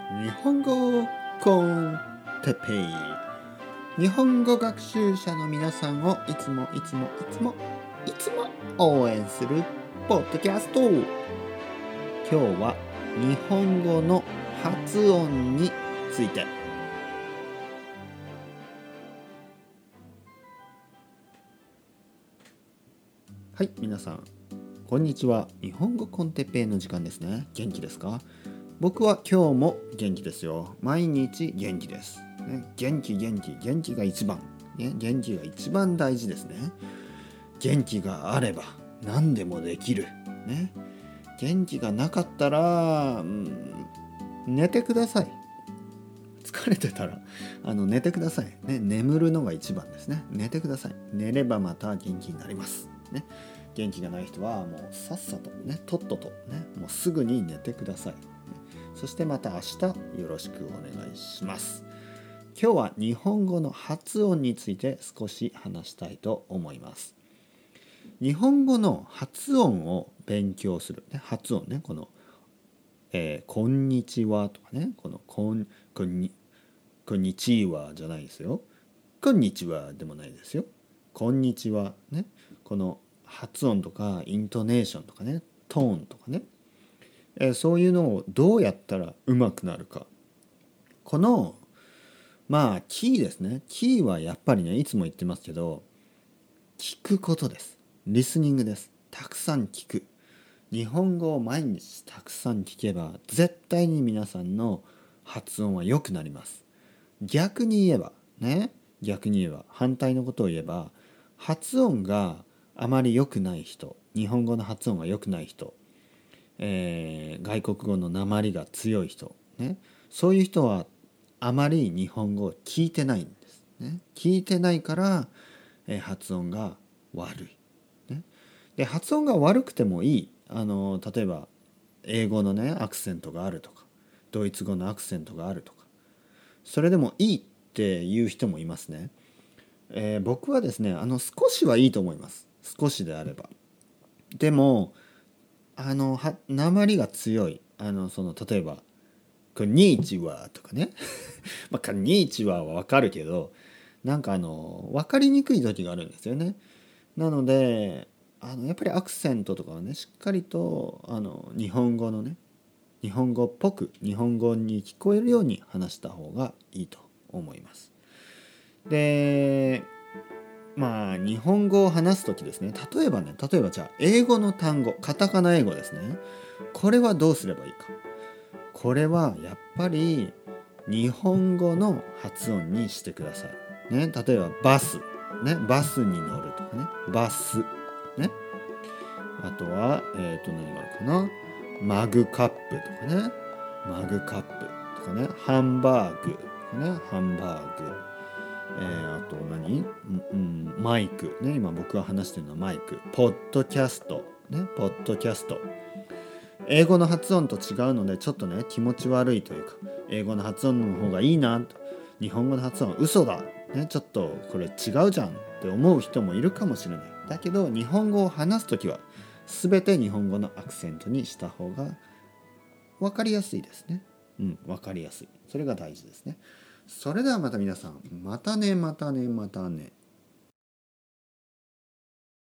日本語コンテペイ。日本語学習者の皆さんをいつも応援するポッドキャスト。今日は日本語の発音について。はい、皆さんこんにちは。日本語コンテペイの時間ですね。元気ですか？僕は今日も元気ですよ。毎日元気です、ね、元気が一番、ね、元気が一番大事ですね。元気があれば何でもできる、ね、元気がなかったら、寝てください。疲れてたら寝てください、ね、眠るのが一番ですね。寝てください。寝ればまた元気になります、ね。元気がない人はもうさっさとね、とっととね、もうすぐに寝てください。そしてまた明日よろしくお願いします。今日は日本語の発音について少し話したいと思います。日本語の発音を勉強する、ね、発音ね、この、こんにちはとかね、このこんにちはじゃないですよ。こんにちはでもないですよ。こんにちはね、この発音とかイントネーションとかね、トーンとかね、そういうのをどうやったら上手くなるか。このキーですね。キーはやっぱりね、いつも言ってますけど、聞くことです。リスニングです。たくさん聞く。日本語を毎日たくさん聞けば絶対に皆さんの発音は良くなります。逆に言えば反対のことを言えば、発音があまり良くない人、日本語の発音が良くない人、外国語の訛りが強い人、ね、そういう人はあまり日本語を聞いてないんです、ね。聞いてないから、発音が悪い、ね。で、発音が悪くてもいい。例えば英語のねアクセントがあるとか、ドイツ語のアクセントがあるとか、それでもいいっていう人もいますね。僕はですね、少しはいいと思います。少しであれば。でも訛りが強い、例えばこんにちはとかねこんにちははわかるけど、なんか分かりにくい時があるんですよね。なのでやっぱりアクセントとかはね、しっかりと日本語のね、日本語っぽく日本語に聞こえるように話した方がいいと思います。で、日本語を話す時ですね、例えばじゃあ英語の単語、カタカナ英語ですね。これはどうすればいいか。これはやっぱり日本語の発音にしてください、ね。例えばバス、ね、バスに乗るとかね、バス、ね。あとは何があるかな、マグカップとかね、マグカップとかね、ハンバーグとかね、ハンバーグ、あとマイクね、今僕が話してるのはマイク、ポッドキャストね、ポッドキャスト。英語の発音と違うのでちょっとね気持ち悪いというか、英語の発音の方がいいなと、日本語の発音は嘘だ、ね、ちょっとこれ違うじゃんって思う人もいるかもしれない。だけど日本語を話すときは全て日本語のアクセントにした方が分かりやすいですね。分かりやすい。それが大事ですね。それではまた皆さん、またね。